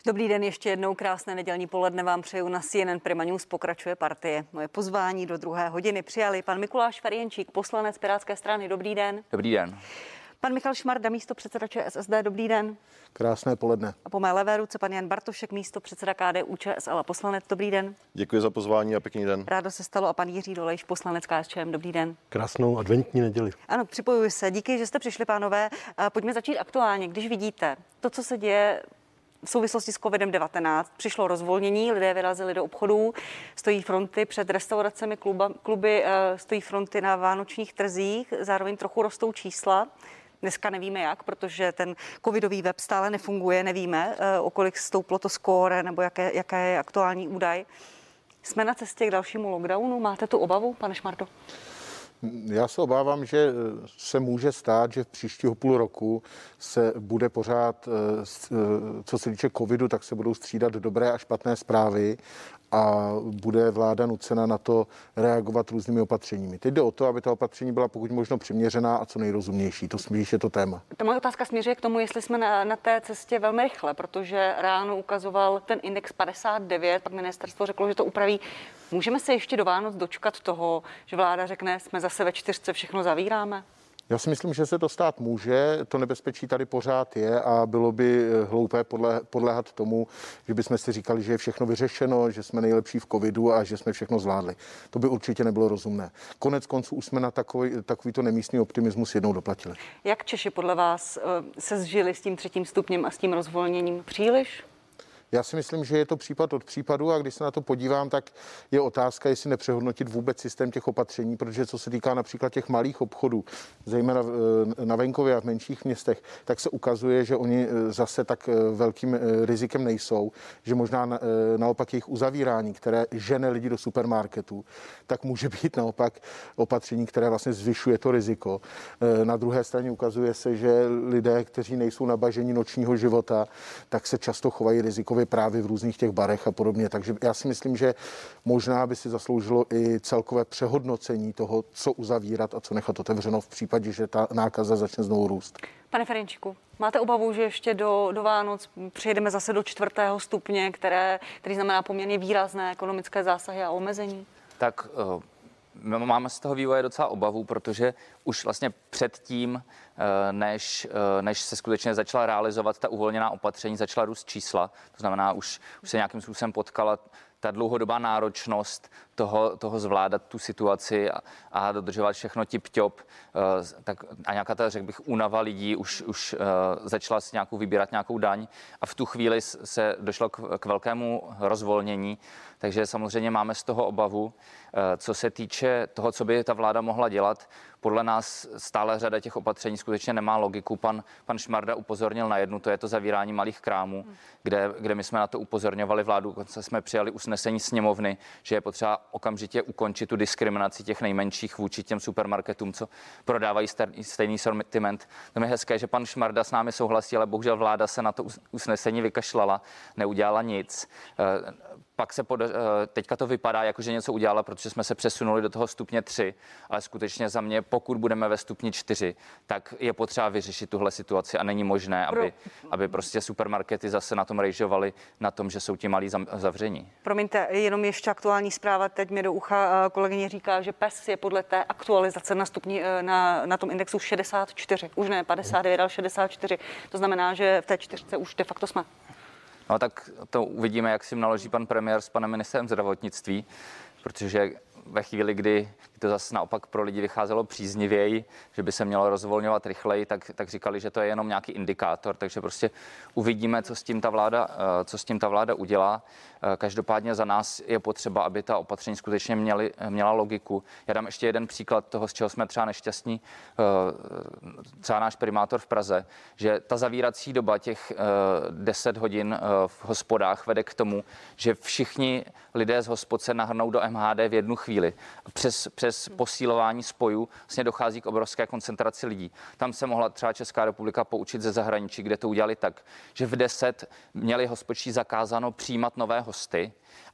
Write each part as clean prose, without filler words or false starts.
Dobrý den, ještě jednou krásné nedělní poledne vám přeju. Na CNN Prima News pokračuje Partie. Moje pozvání do druhé hodiny přijali pan Mikuláš Ferjenčík, poslanec Pirátské strany. Dobrý den. Dobrý den. Pan Michal Šmarda, místopředseda ČSSD. Dobrý den. Krásné poledne. A po mé levé ruce pan Jan Bartošek, místopředseda KDU-ČSL a poslanec. Dobrý den. Děkuji za pozvání a pěkný den. Rádo se stalo. A pan Jiří Dolejš, poslanec KSČM. Dobrý den. Krásnou adventní neděli. Ano, připojuji se. Díky, že jste přišli, pánové. Pojďme začít aktuálně. Když vidíte to, co se děje v souvislosti s COVID-19, přišlo rozvolnění, lidé vyrazili do obchodů, stojí fronty před restauracemi, kluby, stojí fronty na vánočních trzích, zároveň trochu rostou čísla. Dneska nevíme jak, protože ten covidový web stále nefunguje, nevíme, o kolik stouplo to skóre nebo jaké je aktuální údaj. Jsme na cestě k dalšímu lockdownu, máte tu obavu, pane Šmardo? Já se obávám, že se může stát, že v příštího půl roku se bude pořád, co se týče covidu, tak se budou střídat dobré a špatné zprávy a bude vláda nucena na to reagovat různými opatřeními. Teď jde o to, aby ta opatření byla pokud možno přiměřená a co nejrozumnější. To spíš je to téma. Ta moje otázka směřuje k tomu, jestli jsme na té cestě velmi rychle, protože ráno ukazoval ten index 59, pak ministerstvo řeklo, že to upraví. Můžeme se ještě do Vánoc dočkat toho, že vláda řekne, jsme zase ve 4, všechno zavíráme? Já si myslím, že se to stát může, to nebezpečí tady pořád je a bylo by hloupé podléhat tomu, že bychom si říkali, že je všechno vyřešeno, že jsme nejlepší v covidu a že jsme všechno zvládli. To by určitě nebylo rozumné. Konec konců už jsme na takovýto nemístný optimismus jednou doplatili. Jak Češi podle vás se zžili s tím 3. stupněm a s tím rozvolněním? Příliš? Já si myslím, že je to případ od případu a když se na to podívám, tak je otázka, jestli nepřehodnotit vůbec systém těch opatření, protože co se týká například těch malých obchodů, zejména na venkově a v menších městech, tak se ukazuje, že oni zase tak velkým rizikem nejsou, že možná naopak jejich uzavírání, které žene lidi do supermarketů, tak může být naopak opatření, které vlastně zvyšuje to riziko. Na druhé straně ukazuje se, že lidé, kteří nejsou nabaženi nočního života, tak se často chovají riziko právě v různých těch barech a podobně. Takže já si myslím, že možná by si zasloužilo i celkové přehodnocení toho, co uzavírat a co nechat otevřeno v případě, že ta nákaza začne znovu růst. Pane Ferjenčíku, máte obavu, že ještě do Vánoc přejdeme zase do 4. stupně, který znamená poměrně výrazné ekonomické zásahy a omezení? Tak máme z toho vývoje docela obavu, protože už vlastně předtím, než se skutečně začala realizovat ta uvolněná opatření, začala růst čísla. To znamená, už se nějakým způsobem potkala ta dlouhodobá náročnost toho zvládat tu situaci a dodržovat všechno tip-top. A nějaká ta, řekl bych, únava lidí už začala si vybírat nějakou daň a v tu chvíli se došlo k velkému rozvolnění. Takže samozřejmě máme z toho obavu. Co se týče toho, co by ta vláda mohla dělat, podle nás stále řada těch opatření skutečně nemá logiku. Pan Šmarda upozornil na jednu, to je to zavírání malých krámů, kde my jsme na to upozorňovali vládu, dokonce jsme přijali usnesení sněmovny, že je potřeba okamžitě ukončit tu diskriminaci těch nejmenších vůči těm supermarketům, co prodávají stejný sortiment. To je hezké, že pan Šmarda s námi souhlasí, ale bohužel vláda se na to usnesení vykašlala, neudělala nic. Pak teďka to vypadá, jako že něco udělala, protože jsme se přesunuli do toho stupně 3, ale skutečně za mě, pokud budeme ve stupni 4, tak je potřeba vyřešit tuhle situaci a není možné, aby prostě supermarkety zase na tom rejžovaly, na tom, že jsou ti malí zavření. Promiňte, jenom ještě aktuální zpráva, teď mi do ucha kolegyně říká, že PES je podle té aktualizace na tom indexu 64, už ne 59, ale 64. To znamená, že v té 4 už de facto jsme. No tak to uvidíme, jak si naloží pan premiér s panem ministrem zdravotnictví, protože ve chvíli, kdy to zase naopak pro lidi vycházelo příznivěji, že by se mělo rozvolňovat rychleji, tak říkali, že to je jenom nějaký indikátor, takže prostě uvidíme, co s tím ta vláda udělá. Každopádně za nás je potřeba, aby ta opatření skutečně měla logiku. Já dám ještě jeden příklad toho, z čeho jsme třeba nešťastní, třeba náš primátor v Praze, že ta zavírací doba těch 10 hodin v hospodách vede k tomu, že všichni lidé z hospod se nahrnou do MHD v jednu chvíli. Přes posílování spojů vlastně dochází k obrovské koncentraci lidí. Tam se mohla třeba Česká republika poučit ze zahraničí, kde to udělali tak, že v 10 měli hospodští zakázáno přijímat nové hosty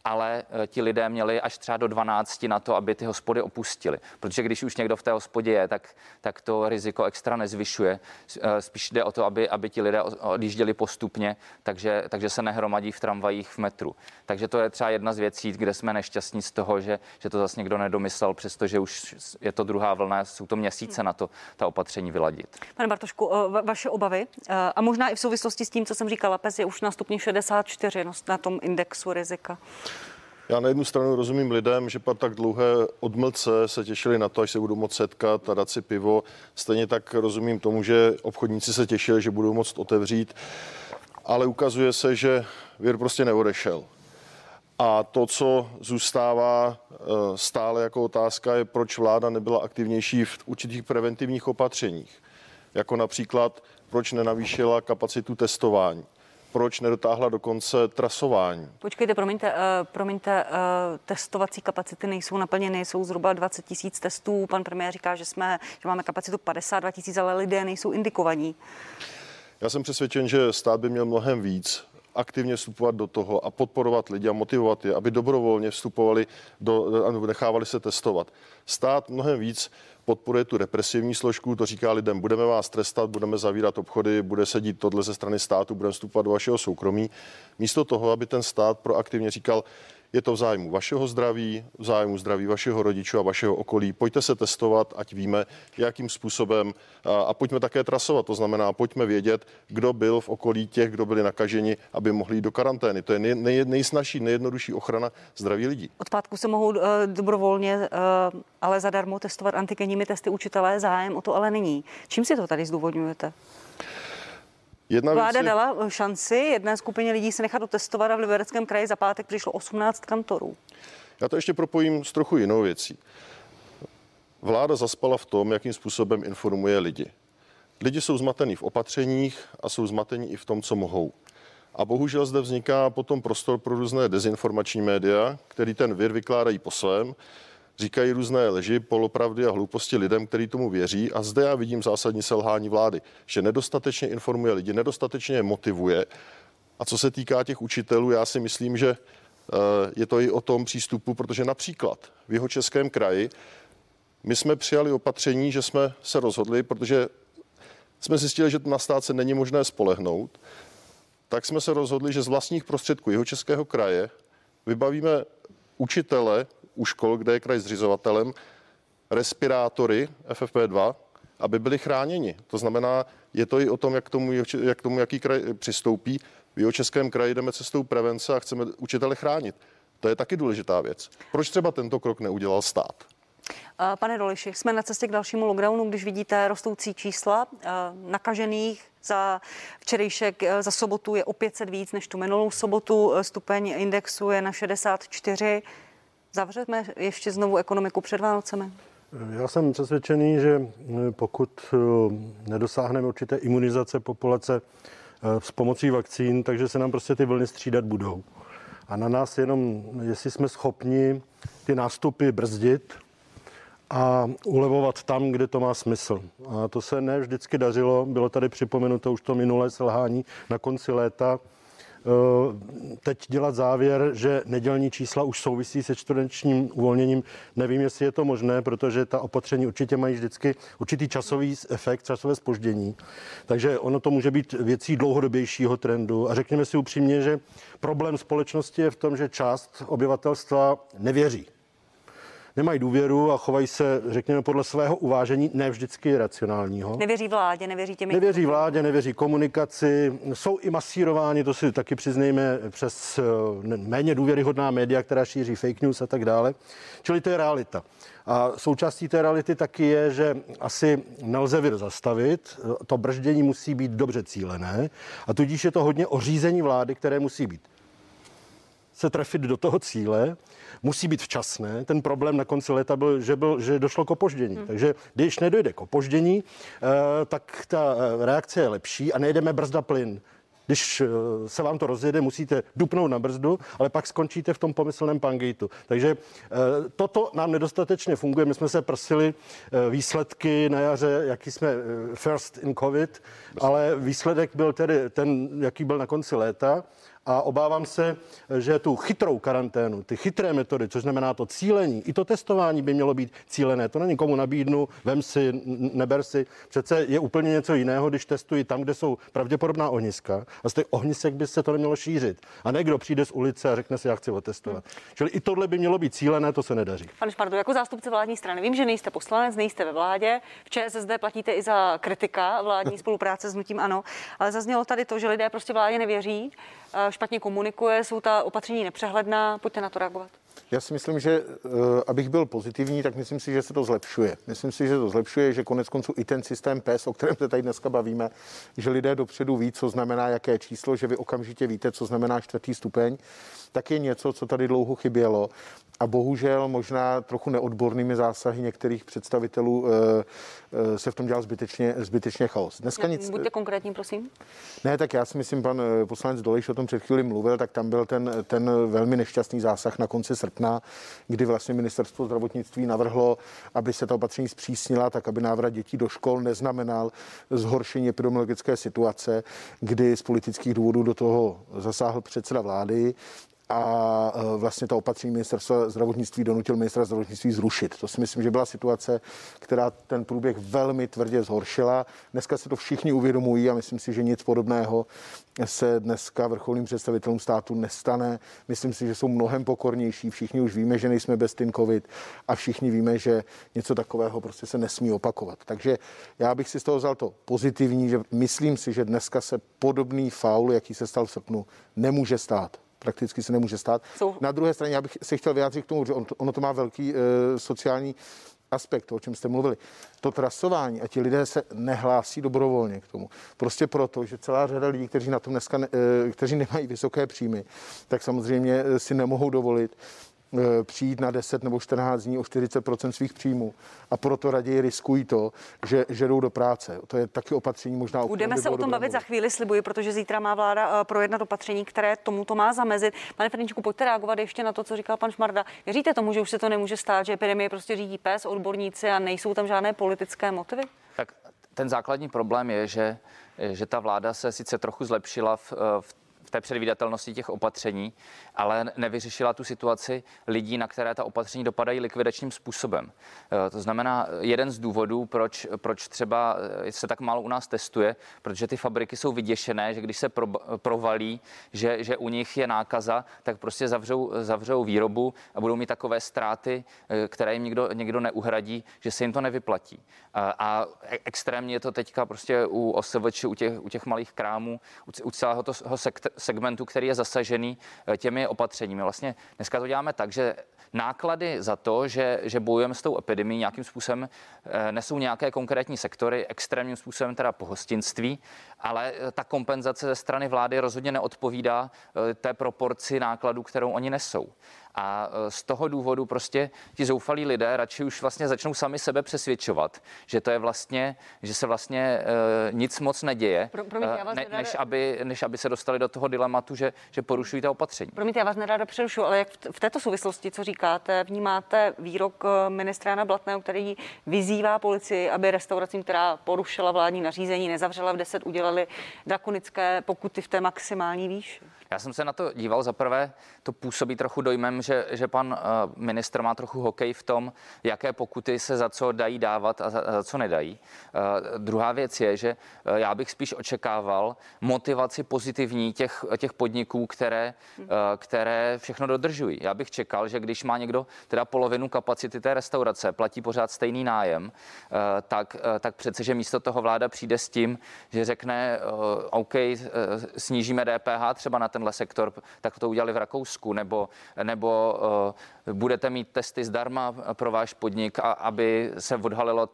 ale ti lidé měli až třeba do 12 na to, aby ty hospody opustili. Protože když už někdo v té hospodě je, tak to riziko extra nezvyšuje. Spíš jde o to, aby ti lidé odjížděli postupně, takže se nehromadí v tramvajích, v metru. Takže to je třeba jedna z věcí, kde jsme nešťastní z toho, že to zase někdo nedomyslel, přestože už je to druhá vlna, jsou to měsíce na to ta opatření vyladit. Pane Bartošku, vaše obavy a možná i v souvislosti s tím, co jsem říkala, PES je už na stupni 64 na tom indexu rizika. Já na jednu stranu rozumím lidem, že po tak dlouhé odmlce se těšili na to, až se budou moct setkat a dát si pivo. Stejně tak rozumím tomu, že obchodníci se těšili, že budou moct otevřít, ale ukazuje se, že vir prostě neodešel. A to, co zůstává stále jako otázka, je, proč vláda nebyla aktivnější v určitých preventivních opatřeních. Jako například, proč nenavýšila kapacitu testování. Proč nedotáhla dokonce trasování? Počkejte, promiňte, testovací kapacity nejsou naplněny, jsou zhruba 20 000 testů. Pan premiér říká, že máme kapacitu 52 000, ale lidé nejsou indikovaní. Já jsem přesvědčen, že stát by měl mnohem víc aktivně vstupovat do toho a podporovat lidi a motivovat je, aby dobrovolně vstupovali nechávali se testovat. Stát mnohem víc podporuje tu represivní složku, to říká lidem, budeme vás trestat, budeme zavírat obchody, bude se dít tohle ze strany státu, budeme vstupovat do vašeho soukromí. Místo toho, aby ten stát proaktivně říkal, je to v zájmu vašeho zdraví, v zájmu zdraví vašeho rodičů a vašeho okolí. Pojďte se testovat, ať víme, jakým způsobem a pojďme také trasovat. To znamená, pojďme vědět, kdo byl v okolí těch, kdo byli nakaženi, aby mohli jít do karantény. To je nejsnažší, nejjednodušší ochrana zdraví lidí. Od pátku se mohou dobrovolně, ale zadarmo testovat antigenními testy učitelé, zájem o to ale není. Čím si to tady zdůvodňujete? Vláda dala šanci jedné skupině lidí se nechat otestovat a v Libereckém kraji za pátek přišlo 18 kantorů. Já to ještě propojím s trochu jinou věcí. Vláda zaspala v tom, jakým způsobem informuje lidi. Lidi jsou zmatení v opatřeních a jsou zmatení i v tom, co mohou. A bohužel zde vzniká potom prostor pro různé dezinformační média, který ten vir vykládají po svém, říkají různé leži, polopravdy a hlouposti lidem, kteří tomu věří. A zde já vidím zásadní selhání vlády, že nedostatečně informuje lidi, nedostatečně je motivuje. A co se týká těch učitelů, já si myslím, že je to i o tom přístupu, protože například v Jihočeském kraji my jsme přijali opatření, že jsme se rozhodli, protože jsme zjistili, že na stát se není možné spolehnout, tak jsme se rozhodli, že z vlastních prostředků Jihočeského kraje vybavíme učitele u škol, kde je kraj zřizovatelem, respirátory FFP2, aby byli chráněni. To znamená, je to i o tom, jak k tomu jaký kraj přistoupí. V Jihočeském kraji jdeme cestou prevence a chceme učitele chránit. To je taky důležitá věc. Proč třeba tento krok neudělal stát? Pane Doliši, jsme na cestě k dalšímu lockdownu, když vidíte rostoucí čísla nakažených. Za včerejšek, za sobotu je o 500 víc než tu minulou sobotu. Stupeň indexu je na 64. Zavřeme ještě znovu ekonomiku před Vánocemi? Já jsem přesvědčený, že pokud nedosáhneme určité imunizace populace s pomocí vakcín, takže se nám prostě ty vlny střídat budou. A na nás jenom, jestli jsme schopni ty nástupy brzdit a ulevovat tam, kde to má smysl. A to se ne vždycky dařilo, bylo tady připomenuto už to minulé selhání na konci léta. Teď dělat závěr, že nedělní čísla už souvisí se čtvrtečním uvolněním, nevím, jestli je to možné, protože ta opatření určitě mají vždycky určitý časový efekt, časové zpoždění. Takže ono to může být věcí dlouhodobějšího trendu. A řekněme si upřímně, že problém společnosti je v tom, že část obyvatelstva nevěří. Nemají důvěru a chovají se, řekněme, podle svého uvážení, ne vždycky racionálního. Nevěří vládě, nevěří těm. Nevěří vládě, nevěří komunikaci, jsou i masírováni, to si taky přiznejme, přes méně důvěryhodná média, která šíří fake news a tak dále. Čili to je realita. A součástí té reality taky je, že asi nelze vir zastavit, to brždění musí být dobře cílené a tudíž je to hodně o řízení vlády, které musí být se trefit do toho cíle, musí být včasné. Ten problém na konci léta byl, že došlo k opoždění. Takže když nedojde k opoždění, tak ta reakce je lepší a nejdeme brzda plyn. Když se vám to rozjede, musíte dupnout na brzdu, ale pak skončíte v tom pomyslném pangejtu. Takže toto nám nedostatečně funguje. My jsme se prosili výsledky na jaře, jaký jsme first in covid, ale výsledek byl tedy ten, jaký byl na konci léta. a obávám se, že tu chytrou karanténu, ty chytré metody, což znamená to cílení, i to testování by mělo být cílené. To není komu nabídnu, vem si, neber si. Přece je úplně něco jiného, když testuji tam, kde jsou pravděpodobná ohniska a z těch ohnisek by se to nemělo šířit. A ne kdo přijde z ulice a řekne si, já chci otestovat. Čili i tohle by mělo být cílené, to se nedaří. Pane Šmardo, jako zástupce vládní strany, vím, že nejste poslanec, nejste ve vládě. V ČSSD platíte i za kritika vládní spolupráce s hnutím ANO, ale zaznělo tady to, že lidé prostě vládě nevěří, špatně komunikuje, jsou ta opatření nepřehledná. Pojďte na to reagovat. Já si myslím, že abych byl pozitivní, tak myslím si, že se to zlepšuje. Myslím si, že to zlepšuje, že konec konců i ten systém PES, o kterém se tady dneska bavíme, že lidé dopředu ví, co znamená jaké číslo, že vy okamžitě víte, co znamená 4. stupeň, tak je něco, co tady dlouho chybělo. A bohužel možná trochu neodbornými zásahy některých představitelů se v tom dělal zbytečně chaos. Dneska nic... Buďte konkrétní, prosím. Ne, tak já si myslím, pan poslanec Dolejš o tom před chvíli mluvil, tak tam byl ten velmi nešťastný zásah na konci srpna, kdy vlastně ministerstvo zdravotnictví navrhlo, aby se ta opatření zpřísnila, tak aby návrat dětí do škol neznamenal zhoršení epidemiologické situace, kdy z politických důvodů do toho zasáhl předseda vlády a vlastně ta opatření ministerstva zdravotnictví donutil ministra zdravotnictví zrušit. To si myslím, že byla situace, která ten průběh velmi tvrdě zhoršila. Dneska se to všichni uvědomují a myslím si, že nic podobného se dneska vrcholným představitelům státu nestane. Myslím si, že jsou mnohem pokornější. Všichni už víme, že nejsme bez covid a všichni víme, že něco takového prostě se nesmí opakovat. Takže já bych si z toho vzal to pozitivní, že myslím si, že dneska se podobný faul, jaký se stal v srpnu, nemůže stát. Prakticky se nemůže stát. Na druhé straně já bych se chtěl vyjádřit k tomu, že ono to má velký sociální aspekt, o čem jste mluvili. To trasování a ti lidé se nehlásí dobrovolně k tomu. Prostě proto, že celá řada lidí, kteří na tom dneska, kteří nemají vysoké příjmy, tak samozřejmě si nemohou dovolit přijít na 10 nebo 14 dní o 40% svých příjmů a proto raději riskují to, že jdou do práce. To je taky opatření možná. Budeme se o tom bavit za chvíli, slibuji, protože zítra má vláda projednat opatření, které tomuto má zamezit. Pane Ferjenčíku, pojďte reagovat ještě na to, co říkal pan Šmarda. Věříte tomu, že už se to nemůže stát, že epidemie prostě řídí PES, odborníci a nejsou tam žádné politické motivy? Tak ten základní problém je, že ta vláda se sice trochu zlepšila v té předvídatelnosti těch opatření, ale nevyřešila tu situaci lidí, na které ta opatření dopadají likvidačním způsobem. To znamená, jeden z důvodů, proč třeba se tak málo u nás testuje, protože ty fabriky jsou vyděšené, že když se provalí, že u nich je nákaza, tak prostě zavřou výrobu a budou mít takové ztráty, které jim někdo neuhradí, že se jim to nevyplatí. A extrémně je to teďka prostě u OSVČ, u těch malých krámů, u celého toho segmentu, který je zasažený těmi opatřeními. Vlastně dneska to děláme tak, že náklady za to, že bojujeme s tou epidemií nějakým způsobem, nesou nějaké konkrétní sektory, extrémním způsobem teda pohostinství, ale ta kompenzace ze strany vlády rozhodně neodpovídá té proporci nákladů, kterou oni nesou. A z toho důvodu prostě ti zoufalí lidé radši už vlastně začnou sami sebe přesvědčovat, že to je vlastně, že se vlastně nic moc neděje, než aby se dostali do toho dilematu, že porušují ta opatření. Promiňte, já vás neráda přerušu, ale jak v této souvislosti, co říkáte, vnímáte výrok ministra Jana Blatného, který vyzývá policii, aby restauracím, která porušila vládní nařízení, nezavřela v 10, udělali drakonické pokuty v té maximální výši? Já jsem se na to díval, zaprvé to působí trochu dojmem, že pan ministr má trochu hokej v tom, jaké pokuty se za co dají dávat a za co nedají. Druhá věc je, že já bych spíš očekával motivaci pozitivní těch podniků, které všechno dodržují. Já bych čekal, že když má někdo teda polovinu kapacity té restaurace, platí pořád stejný nájem, tak přece, že místo toho vláda přijde s tím, že řekne OK, snížíme DPH třeba na tenhle sektor, tak to udělali v Rakousku, nebo budete mít testy zdarma pro váš podnik, aby se odhalilo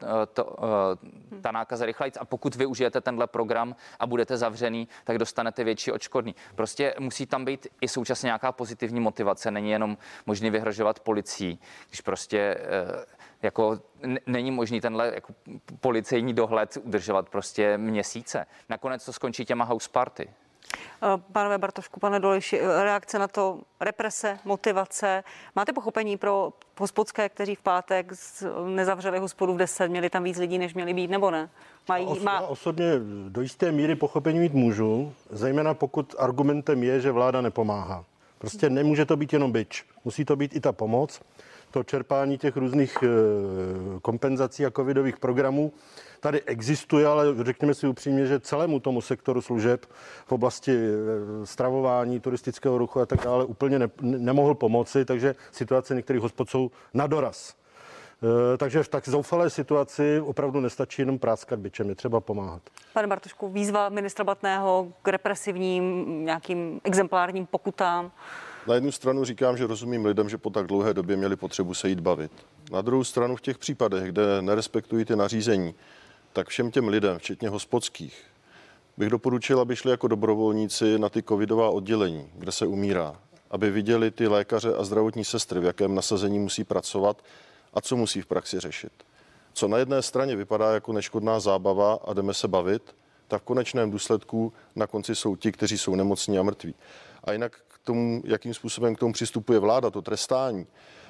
ta nákaza rychleji. A pokud využijete tenhle program a budete zavřený, tak dostanete větší odškodný. Prostě musí tam být i současně nějaká pozitivní motivace. Není jenom možný vyhrožovat policií, když prostě jako není možný tenhle jako policejní dohled udržovat prostě měsíce. Nakonec to skončí těma house party. Pánové Bartošku, pane Doleši, reakce na to, represe, motivace. Máte pochopení pro hospodské, kteří v pátek nezavřeli hospodu v 10, měli tam víc lidí, než měli být, nebo ne? Já osobně do jisté míry pochopení mít můžu, zejména pokud argumentem je, že vláda nepomáhá. Prostě nemůže to být jenom bič, musí to být i ta pomoc. To čerpání těch různých kompenzací a covidových programů tady existuje, ale řekněme si upřímně, že celému tomu sektoru služeb v oblasti stravování, turistického ruchu a tak dále úplně nemohl pomoci, takže situace některých hospod jsou na doraz. Takže v tak zoufalé situaci opravdu nestačí jenom práskat bičem, je třeba pomáhat. Pane Bartošku, výzva ministra Blatného k represivním nějakým exemplárním pokutám. Na jednu stranu říkám, že rozumím lidem, že po tak dlouhé době měli potřebu se jít bavit. Na druhou stranu v těch případech, kde nerespektují ty nařízení, tak všem těm lidem, včetně hospodských, bych doporučil, aby šli jako dobrovolníci na ty covidová oddělení, kde se umírá, aby viděli ty lékaře a zdravotní sestry, v jakém nasazení musí pracovat a co musí v praxi řešit. Co na jedné straně vypadá jako neškodná zábava a jdeme se bavit, tak v konečném důsledku na konci jsou ti, kteří jsou nemocní a mrtví. A jinak k tomu, jakým způsobem k tomu přistupuje vláda, to trestání.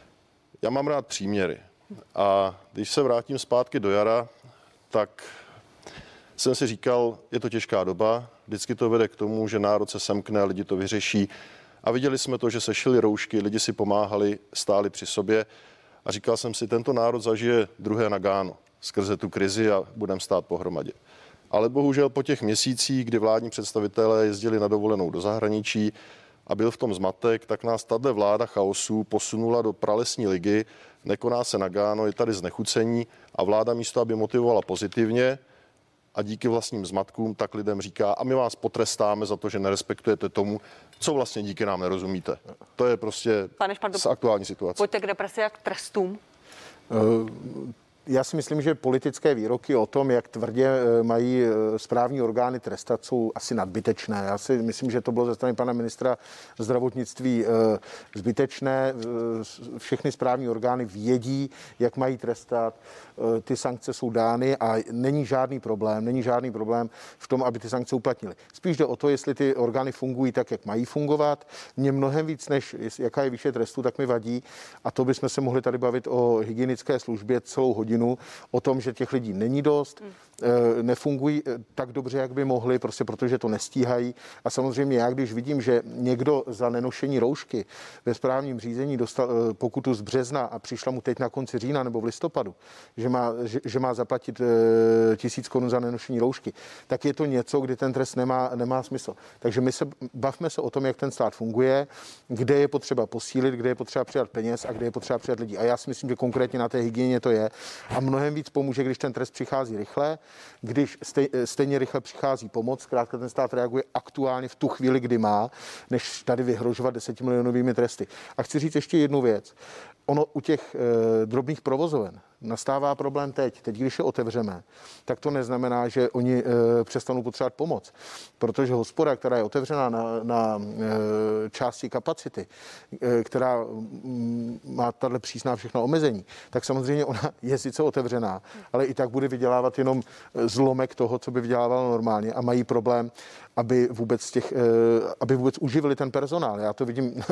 Já mám rád příměry. A když se vrátím zpátky do jara, tak jsem si říkal, je to těžká doba, vždycky to vede k tomu, že národ se semkne, lidi to vyřeší. A viděli jsme to, že se šily roušky, lidi si pomáhali, stáli při sobě. A říkal jsem si, tento národ zažije druhé Nagano skrze tu krizi a budeme stát pohromadě. Ale bohužel po těch měsících, kdy vládní představitelé jezdili na dovolenou do zahraničí a byl v tom zmatek, tak nás tato vláda chaosu posunula do pralesní ligy, nekoná se Nagano, je tady znechucení a vláda místo, aby motivovala pozitivně a díky vlastním zmatkům, tak lidem říká, a my vás potrestáme za to, že nerespektujete tomu, co vlastně díky nám nerozumíte. To je prostě z aktuální situace. Pojďte k represi a k trestům. Já si myslím, že politické výroky o tom, jak tvrdě mají správní orgány trestat, jsou asi nadbytečné. Já si myslím, že to bylo ze strany pana ministra zdravotnictví zbytečné. Všechny správní orgány vědí, jak mají trestat. Ty sankce jsou dány a není žádný problém v tom, aby ty sankce uplatnili. Spíš jde o to, jestli ty orgány fungují tak, jak mají fungovat. Mně mnohem víc, než jaká je výše trestu, tak mi vadí. A to bychom se mohli tady bavit o hygienické službě celou hodinu, o tom, že těch lidí není dost, nefungují tak dobře, jak by mohli, prostě protože to nestíhají. A samozřejmě já, když vidím, že někdo za nenošení roušky ve správním řízení dostal pokutu z března a přišla mu teď na konci října nebo v listopadu, že má zaplatit 1000 korun za nenošení roušky, tak je to něco, kdy ten trest nemá smysl. Takže bavme se o tom, jak ten stát funguje, kde je potřeba posílit, kde je potřeba přidat peněz a kde je potřeba přidat lidi. A já si myslím, že konkrétně na té hygieně to je. A mnohem víc pomůže, když ten trest přichází rychle, když stejně rychle přichází pomoc, zkrátka ten stát reaguje aktuálně v tu chvíli, kdy má, než tady vyhrožovat 10 milionovými tresty. A chci říct ještě jednu věc. Ono u těch drobných provozoven nastává problém teď, když je otevřeme, tak to neznamená, že oni přestanou potřebovat pomoc, protože hospoda, která je otevřená na části kapacity, která má tahle přísná všechna omezení, tak samozřejmě ona je sice otevřená, ale i tak bude vydělávat jenom zlomek toho, co by vydělávalo normálně a mají problém, aby vůbec uživili ten personál. Já to vidím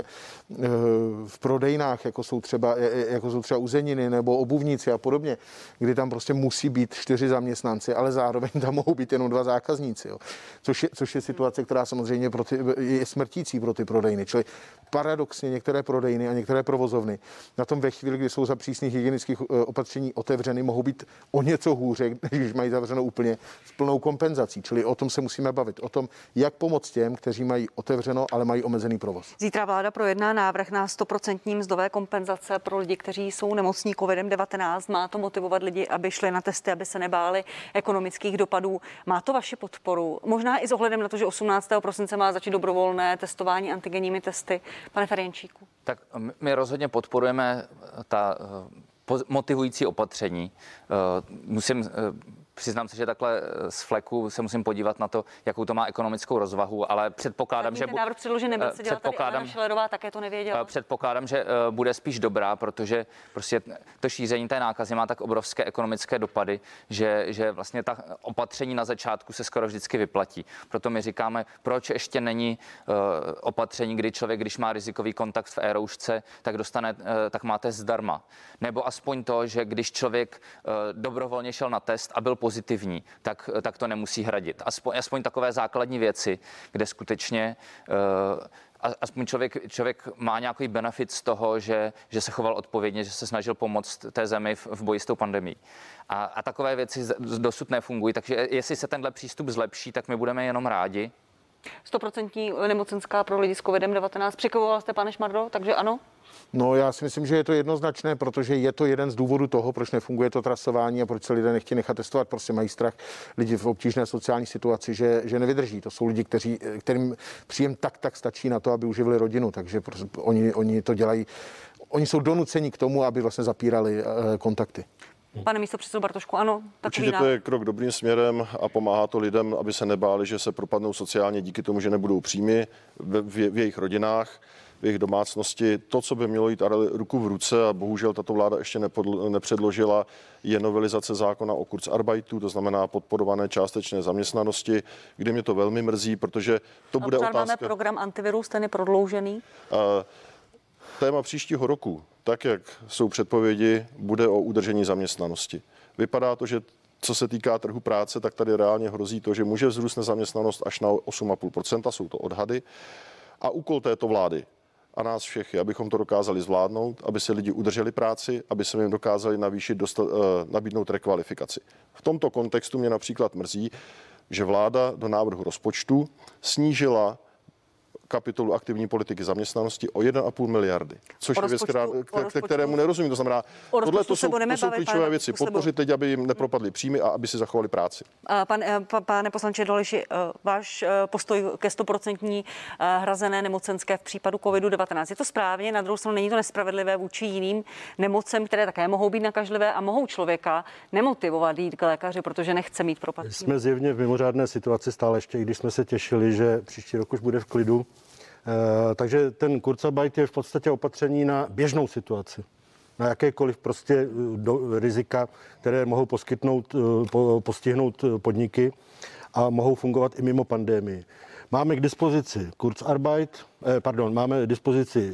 v prodejnách, jako jsou třeba uzeniny nebo obuvníci a podobně, kdy tam prostě musí být 4 zaměstnanci, ale zároveň tam mohou být jenom 2 zákazníci. Jo. Což je situace, která samozřejmě je smrtící pro ty prodejny. Čili paradoxně některé prodejny a některé provozovny na tom ve chvíli, kdy jsou za přísných hygienických opatření otevřeny, mohou být o něco hůře, když mají zavřeno úplně s plnou kompenzací. Čili o tom se musíme bavit. O tom, jak pomoct těm, kteří mají otevřeno, ale mají omezený provoz. Zítra vláda projedná návrh na 100% mzdové kompenzace pro lidi, kteří jsou nemocní COVID-19. Má to motivovat lidi, aby šli na testy, aby se nebáli ekonomických dopadů. Má to vaši podporu? Možná i s ohledem na to, že 18. prosince má začít dobrovolné testování antigenními testy. Pane Ferjenčíku. Tak my rozhodně podporujeme ta motivující opatření. Musím přiznám se, že takhle z fleku se musím podívat na to, jakou to má ekonomickou rozvahu, ale předpokládám, že... Ten návrh předložen nebyl, se dělala tady Alena Schillerová, také to nevěděla. Předpokládám, že bude spíš dobrá, protože prostě to šíření té nákazy má tak obrovské ekonomické dopady, že vlastně ta opatření na začátku se skoro vždycky vyplatí. Proto my říkáme, proč ještě není opatření, kdy člověk, když má rizikový kontakt v e-roušce, tak má test zdarma. Nebo aspoň to, že když člověk dobrovolně šel na test a byl pozitivní, tak to nemusí hradit. Aspoň takové základní věci, kde skutečně aspoň člověk má nějaký benefit z toho, že se choval odpovědně, že se snažil pomoct té zemi v boji s tou pandemií. A takové věci dosud nefungují, takže jestli se tenhle přístup zlepší, tak my budeme jenom rádi. 100% nemocenská pro lidi s COVID-19. Přikyvoval jste, pane Šmardo, takže ano? No, já si myslím, že je to jednoznačné, protože je to jeden z důvodů toho, proč nefunguje to trasování a proč se lidé nechtějí nechat testovat. Prostě mají strach lidi v obtížné sociální situaci, že nevydrží. To jsou lidi, kterým příjem tak stačí na to, aby uživili rodinu, takže oni to dělají. Oni jsou donuceni k tomu, aby vlastně zapírali kontakty. Pane místopředsedo Bartošku, ano. Určitě to je krok dobrým směrem a pomáhá to lidem, aby se nebáli, že se propadnou sociálně díky tomu, že nebudou příjmy v jejich rodinách, v jejich domácnosti. To, co by mělo jít ruku v ruce a bohužel tato vláda ještě nepředložila, je novelizace zákona o Kurzarbeitu, to znamená podporované částečné zaměstnanosti, kde mě to velmi mrzí, protože to bude otázka... Máme program antivirus, ten je prodloužený. Téma příštího roku, tak jak jsou předpovědi, bude o udržení zaměstnanosti. Vypadá to, že co se týká trhu práce, tak tady reálně hrozí to, že může vzrůst nezaměstnanost až na 8,5%, jsou to odhady. A úkol této vlády a nás všech je, abychom to dokázali zvládnout, aby si lidi udrželi práci, aby se jim dokázali nabídnout rekvalifikaci. V tomto kontextu mě například mrzí, že vláda do návrhu rozpočtu snížila kapitolu aktivní politiky zaměstnanosti o 1,5 miliardy, což je věc, kterému nerozumím. To znamená, tohle to jsou klíčové věci. Podpořit lidi, aby jim nepropadly příjmy a aby si zachovali práci. Pane poslanče Doleši, váš postoj ke 100% hrazené nemocenské v případu COVID-19. Je to správně, na druhou stranu není to nespravedlivé vůči jiným nemocem, které také mohou být nakažlivé a mohou člověka nemotivovat jít k lékaři, protože nechce mít propad. Jsme zjevně v mimořádné situaci stále ještě, i když jsme se těšili, že příští rok už bude v klidu. Takže ten Kurzarbeit je v podstatě opatření na běžnou situaci, na jakékoliv prostě rizika, které mohou postihnout podniky a mohou fungovat i mimo pandemii. Máme k dispozici máme k dispozici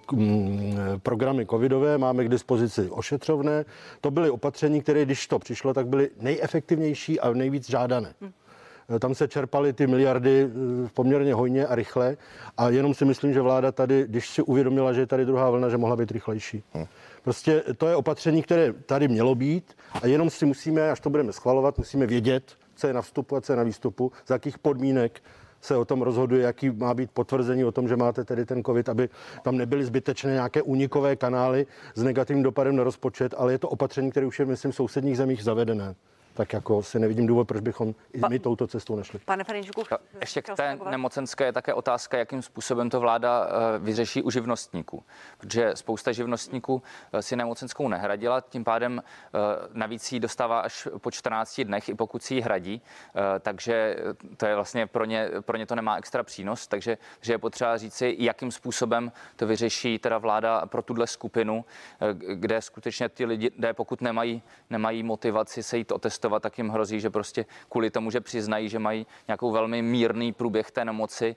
programy covidové, máme k dispozici ošetřovné. To byly opatření, které, když to přišlo, tak byly nejefektivnější a nejvíc žádané. Tam se čerpaly ty miliardy poměrně hojně a rychle a jenom si myslím, že vláda tady, když si uvědomila, že je tady druhá vlna, že mohla být rychlejší. Prostě to je opatření, které tady mělo být a jenom si musíme, až to budeme schvalovat, musíme vědět, co je na vstupu a co je na výstupu, za jakých podmínek se o tom rozhoduje, jaký má být potvrzení o tom, že máte tedy ten covid, aby tam nebyly zbytečné nějaké únikové kanály s negativním dopadem na rozpočet, ale je to opatření, které už je, myslím, v sousedních zemích zavedené. Tak jako si nevidím důvod, proč bychom i my touto cestou nešli. Pane Ferjenčíku, ještě k té nemocenské je také otázka, jakým způsobem to vláda vyřeší u živnostníků. Protože spousta živnostníků si nemocenskou nehradila, tím pádem navíc ji dostává až po 14 dnech, i pokud si ji hradí, takže to je vlastně pro ně to nemá extra přínos, takže je potřeba říci, jakým způsobem to vyřeší teda vláda pro tuhle skupinu, kde skutečně ty lidé, pokud nemají motivaci se jít otestovat, tak jim hrozí, že prostě kvůli tomu, že přiznají, že mají nějakou velmi mírný průběh té nemoci,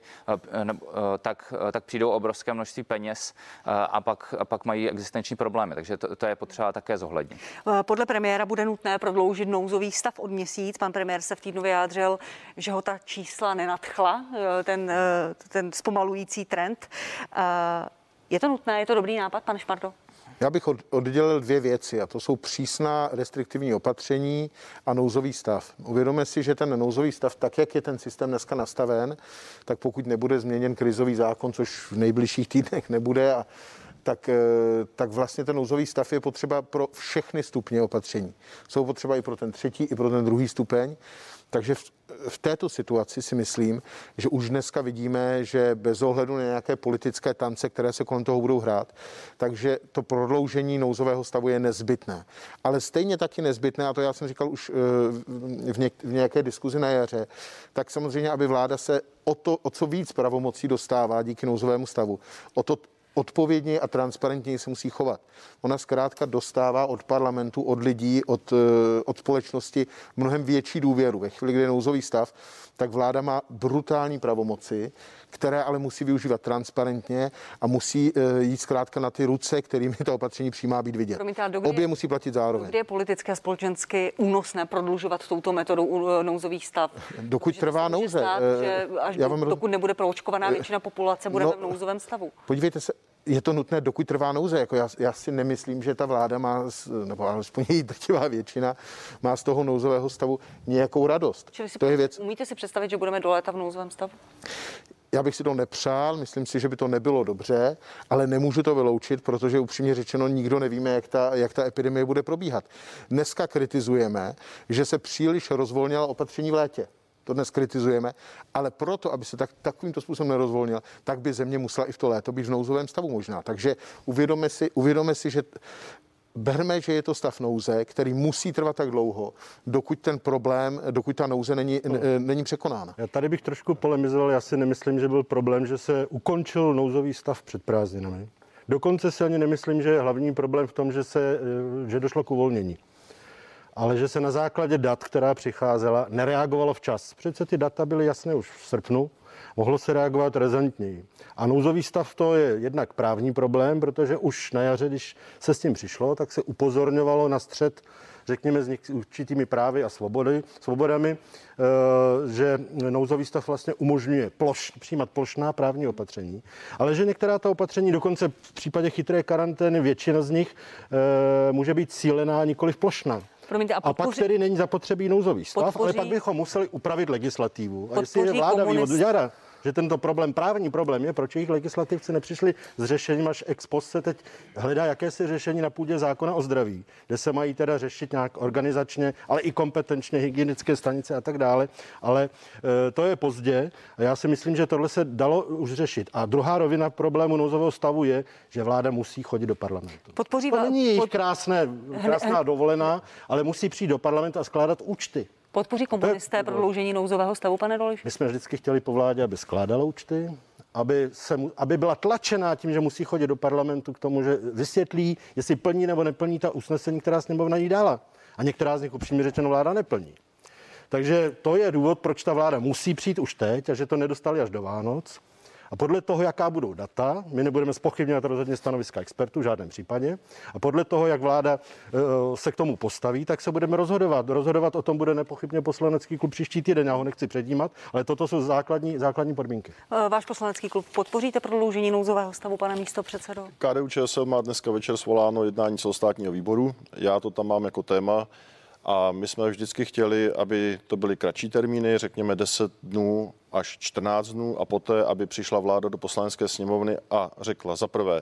tak přijdou obrovské množství peněz a pak mají existenční problémy. Takže to je potřeba také zohlednit. Podle premiéra bude nutné prodloužit nouzový stav od měsíc. Pan premiér se v týdnu vyjádřil, že ho ta čísla nenadchla, ten zpomalující trend. Je to nutné, je to dobrý nápad, pane Šmardo? Já bych oddělil dvě věci a to jsou přísná restriktivní opatření a nouzový stav. Uvědomme si, že ten nouzový stav, tak jak je ten systém dneska nastaven, tak pokud nebude změněn krizový zákon, což v nejbližších týdnech nebude, tak vlastně ten nouzový stav je potřeba pro všechny stupně opatření. Jsou potřeba i pro ten třetí, i pro ten druhý stupeň. Takže v této situaci si myslím, že už dneska vidíme, že bez ohledu na nějaké politické tance, které se kolem toho budou hrát, takže to prodloužení nouzového stavu je nezbytné. Ale stejně taky nezbytné, a to já jsem říkal už v nějaké diskuzi na jaře, tak samozřejmě, aby vláda se o co víc pravomocí dostává díky nouzovému stavu, o to odpovědně a transparentně se musí chovat. Ona zkrátka dostává od parlamentu, od lidí, od společnosti mnohem větší důvěru. Ve chvíli, kdy je nouzový stav, tak vláda má brutální pravomoci, které ale musí využívat transparentně a musí jít zkrátka na ty ruce, kterými ta opatření přijímá být vidět. Obě musí platit zároveň. Kdy je politicky a společensky únosné prodlužovat touto metodou nouzových stav? Dokud trvá nouze. Dokud nebude proočkovaná většina populace, budeme v nouzovém stavu. Podívejte se, je to nutné, dokud trvá nouze. Jako já si nemyslím, že ta vláda má, nebo alespoň její drtivá většina, má z toho nouzového stavu nějakou radost. To je věc. Umíte si představit, že budeme do léta v nouzovém stavu? Já bych si to nepřál, myslím si, že by to nebylo dobře, ale nemůžu to vyloučit, protože upřímně řečeno nikdo nevíme, jak ta epidemie bude probíhat. Dneska kritizujeme, že se příliš rozvolnila opatření v létě. To dnes kritizujeme, ale proto, aby se takovýmto způsobem nerozvolnil, tak by země musela i v to léto být v nouzovém stavu možná. Takže uvědomme si, že berme, že je to stav nouze, který musí trvat tak dlouho, dokud ten problém, dokud ta nouze není překonána. Já tady bych trošku polemizoval, já si nemyslím, že byl problém, že se ukončil nouzový stav před prázdninami. Dokonce si ani nemyslím, že je hlavní problém v tom, že došlo k uvolnění. Ale že se na základě dat, která přicházela, nereagovalo včas. Přece ty data byly jasné už v srpnu, mohlo se reagovat razantněji. A nouzový stav to je jednak právní problém, protože už na jaře, když se s tím přišlo, tak se upozorňovalo na střet, řekněme, s určitými právy a svobodami, že nouzový stav vlastně umožňuje přijímat plošná právní opatření, ale že některá ta opatření, dokonce v případě chytré karantény, většina z nich může být cílená, nikoliv plošná. Promiňte, a pak tedy není zapotřebí nouzový stav, ale pak bychom museli upravit legislativu. A jestli je vláda ví od jara, že tento právní problém je, proč jejich legislativci nepřišli s řešením, až ex post se teď hledá jakési řešení na půdě zákona o zdraví, kde se mají teda řešit nějak organizačně, ale i kompetenčně hygienické stanice a tak dále, ale to je pozdě a já si myslím, že tohle se dalo už řešit. A druhá rovina problému nouzového stavu je, že vláda musí chodit do parlamentu. To není jejich krásná dovolená, ale musí přijít do parlamentu a skládat účty. Podpoří komunisté prodloužení nouzového stavu, pane Dolejš? My jsme vždycky chtěli po vládě, aby skládala účty, aby byla tlačená tím, že musí chodit do parlamentu k tomu, že vysvětlí, jestli plní nebo neplní ta usnesení, která sněmovna jí dala. A některá z nich upřímně řečeno vláda neplní. Takže to je důvod, proč ta vláda musí přijít už teď a že to nedostali až do Vánoc. A podle toho, jaká budou data, my nebudeme zpochybňovat rozhodně stanoviska expertů v žádném případě, a podle toho, jak vláda se k tomu postaví, tak se budeme rozhodovat. Rozhodovat o tom bude nepochybně poslanecký klub příští týden, já ho nechci předjímat, ale toto jsou základní podmínky. Váš poslanecký klub, podpoříte prodloužení nouzového stavu, pane místopředsedo? KDU-ČSL má dneska večer svoláno jednání celostátního výboru, já to tam mám jako téma. A my jsme vždycky chtěli, aby to byly kratší termíny, řekněme 10 dnů až 14 dnů a poté, aby přišla vláda do Poslanecké sněmovny a řekla za prvé,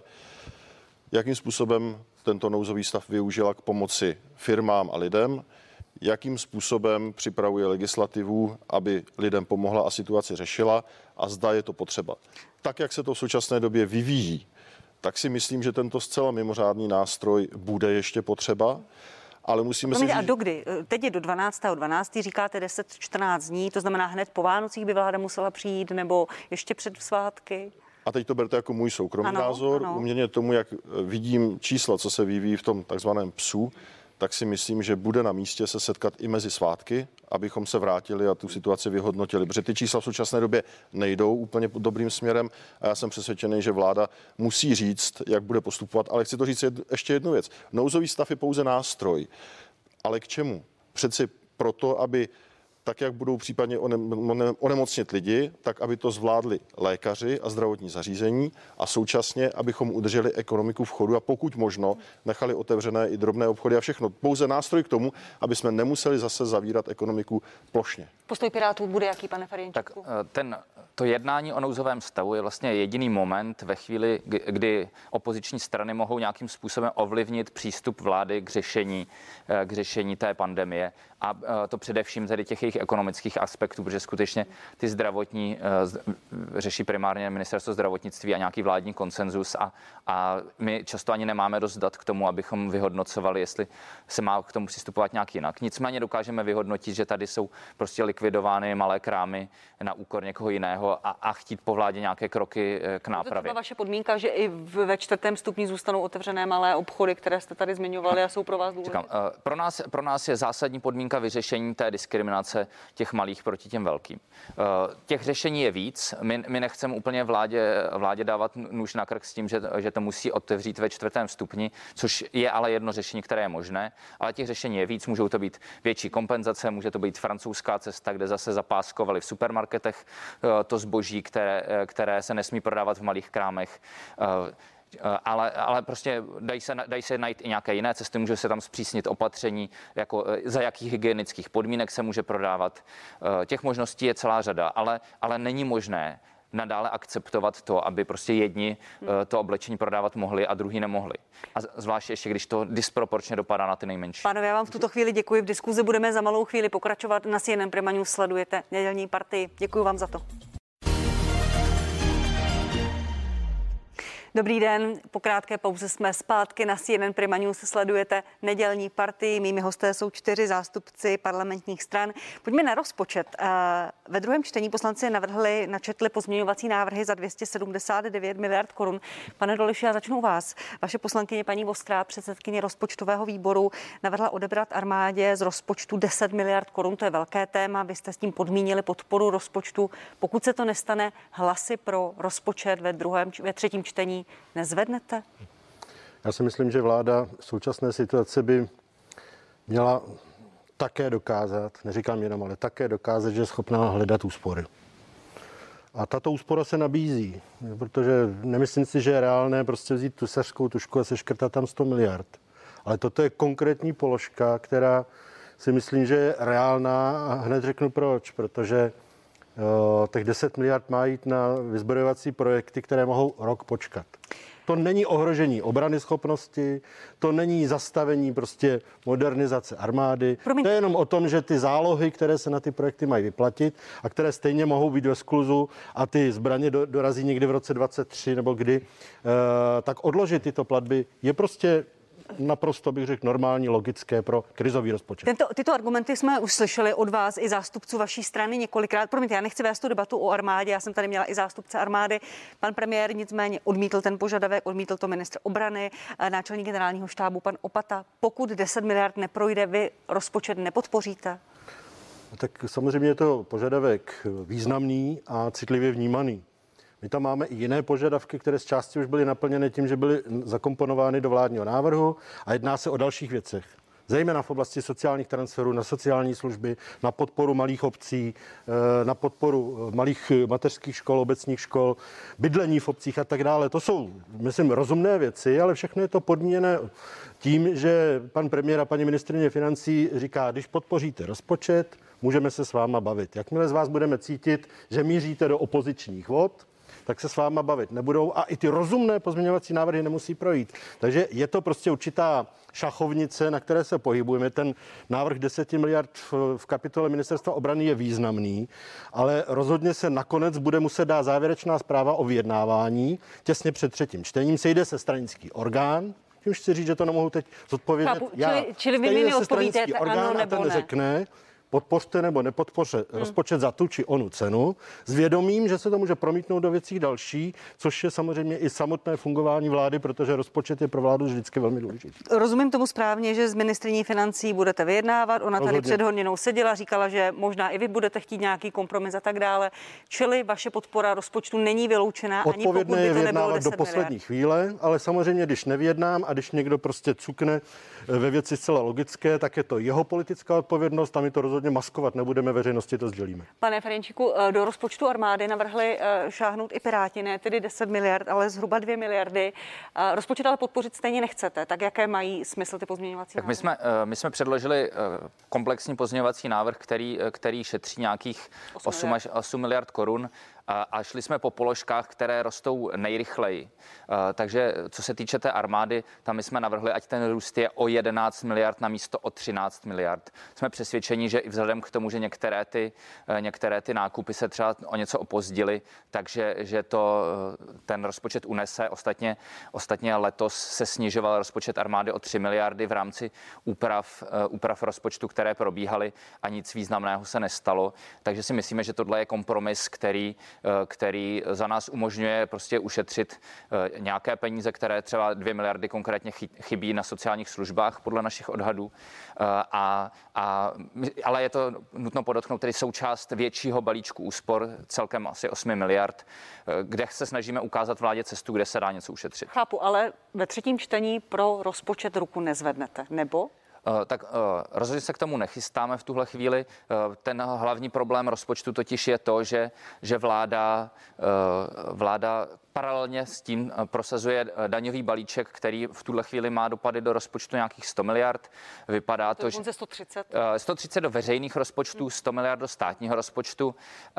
jakým způsobem tento nouzový stav využila k pomoci firmám a lidem, jakým způsobem připravuje legislativu, aby lidem pomohla a situaci řešila a zda je to potřeba. Tak, jak se to v současné době vyvíjí, tak si myslím, že tento zcela mimořádný nástroj bude ještě potřeba. Ale musíme si říct... A dokdy? Teď je do 12. Říkáte 10-14 dní, to znamená hned po Vánocích by vláda musela přijít, nebo ještě před svátky? A teď to berte jako můj soukromý názor. Uměrně tomu, jak vidím čísla, co se vyvíjí v tom takzvaném PSU, tak si myslím, že bude na místě se setkat i mezi svátky, abychom se vrátili a tu situaci vyhodnotili. Protože ty čísla v současné době nejdou úplně dobrým směrem a já jsem přesvědčený, že vláda musí říct, jak bude postupovat. Ale chci to říct ještě jednu věc. Nouzový stav je pouze nástroj. Ale k čemu? Přeci proto, aby tak, jak budou případně onemocnit lidi, tak aby to zvládli lékaři a zdravotní zařízení a současně, abychom udrželi ekonomiku v chodu a pokud možno nechali otevřené i drobné obchody a všechno. Pouze nástroj k tomu, aby jsme nemuseli zase zavírat ekonomiku plošně. Postoj Pirátů bude jaký, pane Ferjenčíku? Tak to jednání o nouzovém stavu je vlastně jediný moment ve chvíli, kdy opoziční strany mohou nějakým způsobem ovlivnit přístup vlády k řešení té pandemie a to především tedy těch jejich nějakých ekonomických aspektů, protože skutečně ty zdravotní řeší primárně ministerstvo zdravotnictví a nějaký vládní konsenzus a my často ani nemáme dost dat k tomu, abychom vyhodnocovali, jestli se má k tomu přistupovat nějak jinak. Nicméně dokážeme vyhodnotit, že tady jsou prostě likvidovány malé krámy na úkor někoho jiného a chtít po vládě nějaké kroky k nápravě. To je vaše podmínka, že i ve 4. stupni zůstanou otevřené malé obchody, které jste tady zmiňovali a jsou pro vás důležité? Pro nás je zásadní podmínka vyřešení té diskriminace těch malých proti těm velkým. Těch řešení je víc. My nechceme úplně vládě dávat nůž na krk s tím, že to musí otevřít ve 4. stupni, což je ale jedno řešení, které je možné, ale těch řešení je víc. Můžou to být větší kompenzace, může to být francouzská cesta, kde zase zapáskovali v supermarketech to zboží, které se nesmí prodávat v malých krámech. Ale prostě dají se najít i nějaké jiné cesty, může se tam zpřísnit opatření, jako za jakých hygienických podmínek se může prodávat. Těch možností je celá řada, ale není možné nadále akceptovat to, aby prostě jedni to oblečení prodávat mohli a druhý nemohli. A zvláště ještě, když to disproporčně dopadá na ty nejmenší. Pánové, já vám v tuto chvíli děkuji. V diskuzi budeme za malou chvíli pokračovat. Na CNN Prima News sledujete nedělní Partii. Děkuji vám za to. Dobrý den, po krátké pauze jsme zpátky na CNN Prima News, sledujete nedělní Partii. Mými hosté jsou 4 zástupci parlamentních stran. Pojďme na rozpočet. Ve druhém čtení poslanci načetli pozměňovací návrhy za 279 miliard korun. Pane Doleši, já začnu u vás. Vaše poslankyně paní Vostrá, předsedkyně rozpočtového výboru, navrhla odebrat armádě z rozpočtu 10 miliard korun. To je velké téma. Vy jste s tím podmínili podporu rozpočtu. Pokud se to nestane, hlasy pro rozpočet ve třetím čtení nezvednete? Já si myslím, že vláda v současné situaci by měla také dokázat, neříkám jenom, ale také dokázat, že je schopná hledat úspory. A tato úspora se nabízí, protože nemyslím si, že je reálné prostě vzít tusařskou tušku a seškrtat tam 100 miliard. Ale toto je konkrétní položka, která si myslím, že je reálná a hned řeknu proč, protože těch 10 miliard má jít na vyzbrojovací projekty, které mohou rok počkat. To není ohrožení obrany schopnosti, to není zastavení prostě modernizace armády. To je jenom o tom, že ty zálohy, které se na ty projekty mají vyplatit a které stejně mohou být ve skluzu a ty zbraně dorazí někdy v roce 2023 nebo kdy, tak odložit tyto platby je prostě naprosto, bych řekl, normální, logické pro krizový rozpočet. Tyto argumenty jsme už slyšeli od vás i zástupců vaší strany několikrát. Promiňte, já nechci vést tu debatu o armádě, já jsem tady měla i zástupce armády. Pan premiér nicméně odmítl ten požadavek, odmítl to ministr obrany, náčelník generálního štábu, pan Opata. Pokud 10 miliard neprojde, vy rozpočet nepodpoříte? Tak samozřejmě je to požadavek významný a citlivě vnímaný. My tam máme i jiné požadavky, které z části už byly naplněny tím, že byly zakomponovány do vládního návrhu a jedná se o dalších věcech. Zejména v oblasti sociálních transferů, na sociální služby, na podporu malých obcí, na podporu malých mateřských škol, obecních škol, bydlení v obcích a tak dále. To jsou, myslím, rozumné věci, ale všechno je to podmíněné tím, že pan premiér a paní ministryně financí říká, když podpoříte rozpočet, můžeme se s váma bavit. Jakmile z vás budeme cítit, že míříte do opozičních vod, tak se s váma bavit nebudou a i ty rozumné pozměňovací návrhy nemusí projít. Takže je to prostě určitá šachovnice, na které se pohybujeme. Ten návrh 10 miliard v kapitole Ministerstva obrany je významný, ale rozhodně se nakonec bude muset dát závěrečná zpráva o vyjednávání. Těsně před třetím čtením sejde se stranický orgán. Tím chci říct, že to nemohu teď zodpovědět. Čili vy mi neodpovíte, ano nebo ne. Řekne, podpořte nebo nepodpořte rozpočet za tu či onu cenu, s vědomím, že se to může promítnout do věcí další, což je samozřejmě i samotné fungování vlády, protože rozpočet je pro vládu vždycky velmi důležitý. Rozumím tomu správně, že s ministryní financí budete vyjednávat. Ona tady před hodinou seděla, říkala, že možná i vy budete chtít nějaký kompromis a tak dále. Čili vaše podpora rozpočtu není vyloučená, ani pokud by to nebylo 10 do poslední chvíle, ale samozřejmě, když nevyjednám a když někdo prostě cukne ve věci zcela logické, tak je to jeho politická odpovědnost a my to rozhodně maskovat nebudeme, veřejnosti to sdělíme. Pane Ferjenčíku, do rozpočtu armády navrhli šáhnout i Piráti, ne tedy 10 miliard, ale zhruba 2 miliardy. Rozpočet ale podpořit stejně nechcete. Tak jaké mají smysl ty pozměňovací návrhy? My jsme předložili komplexní pozměňovací návrh, který šetří nějakých 8 miliard korun. a šli jsme po položkách, které rostou nejrychleji. Takže co se týče té armády, tam my jsme navrhli, ať ten růst je o 11 miliard na místo o 13 miliard. Jsme přesvědčeni, že i vzhledem k tomu, že některé ty nákupy se třeba o něco opozdily, takže že to ten rozpočet unese. Ostatně letos se snižoval rozpočet armády o 3 miliardy v rámci úprav rozpočtu, které probíhaly a nic významného se nestalo. Takže si myslíme, že tohle je kompromis, který za nás umožňuje prostě ušetřit nějaké peníze, které třeba 2 miliardy konkrétně chybí na sociálních službách podle našich odhadů. Ale je to nutno podotknout, tedy součást většího balíčku úspor, celkem asi 8 miliard, kde se snažíme ukázat vládě cestu, kde se dá něco ušetřit. Chápu, ale ve třetím čtení pro rozpočet ruku nezvednete, nebo? Tak rozhodně se k tomu nechystáme v tuhle chvíli. Ten hlavní problém rozpočtu totiž je to, že vláda paralelně s tím prosazuje daňový balíček, který v tuhle chvíli má dopady do rozpočtu nějakých 100 miliard. Vypadá to, že 130 do veřejných rozpočtů, 100 miliard do státního rozpočtu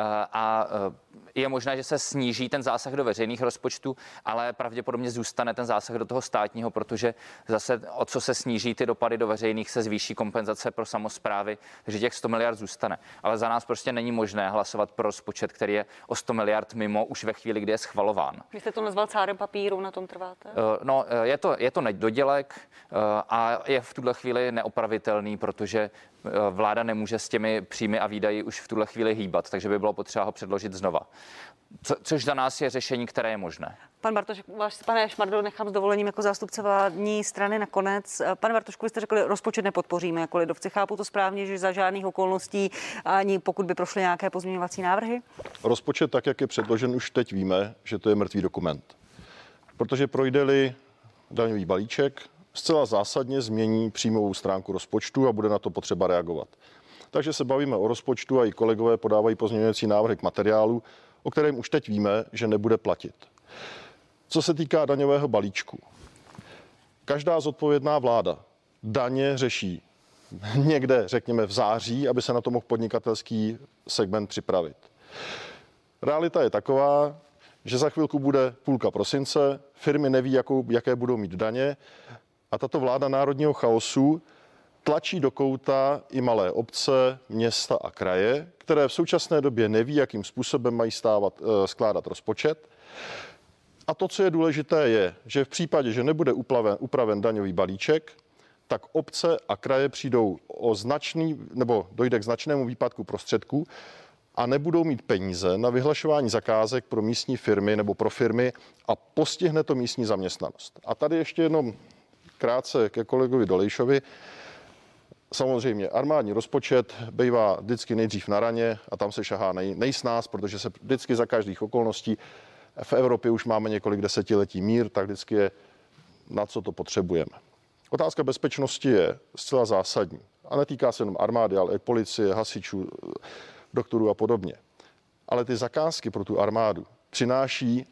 a je možné, že se sníží ten zásah do veřejných rozpočtů, ale pravděpodobně zůstane ten zásah do toho státního, protože zase o co se sníží ty dopady do veřejných, se zvýší kompenzace pro samosprávy, takže těch 100 miliard zůstane. Ale za nás prostě není možné hlasovat pro rozpočet, který je o 100 miliard mimo už ve chvíli, kdy je schvalován. Vy jste to nazval cárem papíru, na tom trváte? No, je to nedodělek a je v tuhle chvíli neopravitelný, protože vláda nemůže s těmi příjmy a výdaji už v tuhle chvíli hýbat, takže by bylo potřeba ho předložit znova. Což za nás je řešení, které je možné. Pan Bartoš, pane Šmardo, nechám s dovolením jako zástupce vládní strany nakonec. Pane Bartošku, vy jste řekli, rozpočet nepodpoříme jako lidovci. Chápu to správně, že za žádných okolností, ani pokud by prošly nějaké pozměňovací návrhy? Rozpočet, tak jak je předložen, už teď víme, že to je mrtvý dokument. Protože projde-li daňový balíček, zcela zásadně změní příjmovou stránku rozpočtu a bude na to potřeba reagovat. Takže se bavíme o rozpočtu a i kolegové podávají pozměňovací návrhy k materiálu, o kterém už teď víme, že nebude platit. Co se týká daňového balíčku, každá zodpovědná vláda daně řeší někde, řekněme, v září, aby se na to mohl podnikatelský segment připravit. Realita je taková, že za chvilku bude půlka prosince, firmy neví, jaké budou mít daně a tato vláda národního chaosu tlačí do kouta i malé obce, města a kraje, které v současné době neví, jakým způsobem mají skládat rozpočet. A to, co je důležité, je, že v případě, že nebude upraven daňový balíček, tak obce a kraje přijdou dojde k značnému výpadku prostředků a nebudou mít peníze na vyhlašování zakázek pro místní firmy nebo pro firmy a postihne to místní zaměstnanost. A tady ještě jenom krátce ke kolegovi Dolejšovi. Samozřejmě armádní rozpočet bývá vždycky nejdřív na raně a tam se šahá nejsnáz, protože se vždycky za každých okolností v Evropě už máme několik desetiletí mír, tak vždycky je na co to potřebujeme. Otázka bezpečnosti je zcela zásadní a netýká se jenom armády, ale i policie, hasičů, doktorů a podobně. Ale ty zakázky pro tu armádu přináší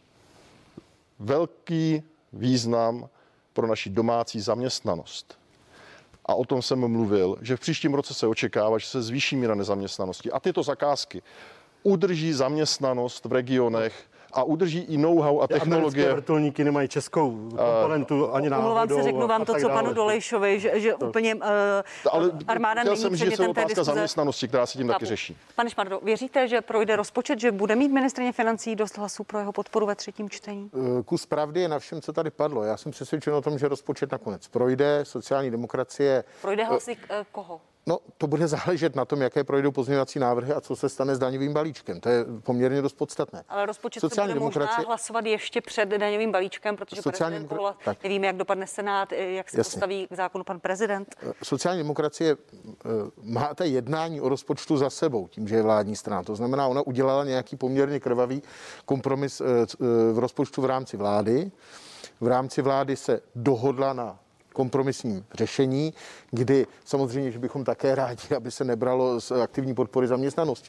velký význam pro naši domácí zaměstnanost. A o tom jsem mluvil, že v příštím roce se očekává, že se zvýší míra nezaměstnanosti. A tyto zakázky udrží zaměstnanost v regionech a udrží i know-how a technologie. Americké vrtulníky nemají českou komponentu ani náhodou. Omlouvám se, řeknu vám to, co panu Dolejšovi, že úplně armáda není předmětem té diskuze. Zaměstnanosti, která se tím taky řeší. Pane Šmardo, věříte, že projde rozpočet, že bude mít ministryně financí dost hlasů pro jeho podporu ve třetím čtení? Kus pravdy je na všem, co tady padlo. Já jsem přesvědčen o tom, že rozpočet nakonec projde. Sociální demokracie. Projde hlasy koho? No, to bude záležet na tom, jaké projdou pozměňovací návrhy a co se stane s daňovým balíčkem. To je poměrně dost podstatné. Ale rozpočet se bude možná hlasovat ještě před daňovým balíčkem, protože prezident volal, nevíme, jak dopadne Senát, jak se postaví k zákonu pan prezident. Sociální demokracie má té jednání o rozpočtu za sebou, tím, že je vládní strana. To znamená, ona udělala nějaký poměrně krvavý kompromis v rozpočtu v rámci vlády. V rámci vlády se dohodla na kompromisním řešení, kdy samozřejmě, že bychom také rádi, aby se nebralo z aktivní podpory zaměstnanosti,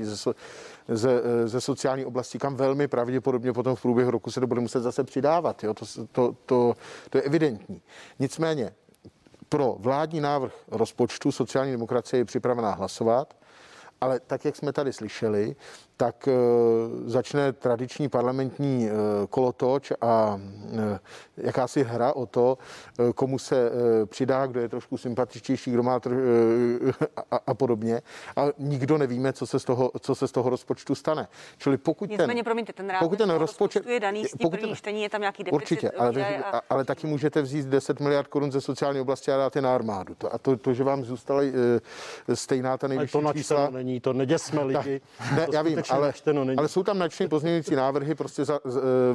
ze sociální oblasti, kam velmi pravděpodobně potom v průběhu roku se to bude muset zase přidávat. Jo? To je evidentní. Nicméně pro vládní návrh rozpočtu sociální demokracie je připravená hlasovat Ale tak, jak jsme tady slyšeli, tak začne tradiční parlamentní kolotoč a jakási hra o to, komu se přidá, kdo je trošku sympatičtější, kdo má a podobně. A nikdo nevíme, co se z toho rozpočtu stane. Čili pokud nicméně, promiňte, ten rozpočet je daný z té první čtení, je tam nějaký deficit. Určitě, ale taky můžete vzít 10 miliard korun ze sociální oblasti a dát je na armádu. To, že vám zůstala stejná ta nejvyšší čísla. Není, to neděsme lidi. Ne, já vím, ale jsou tam načteny pozměňující návrhy prostě za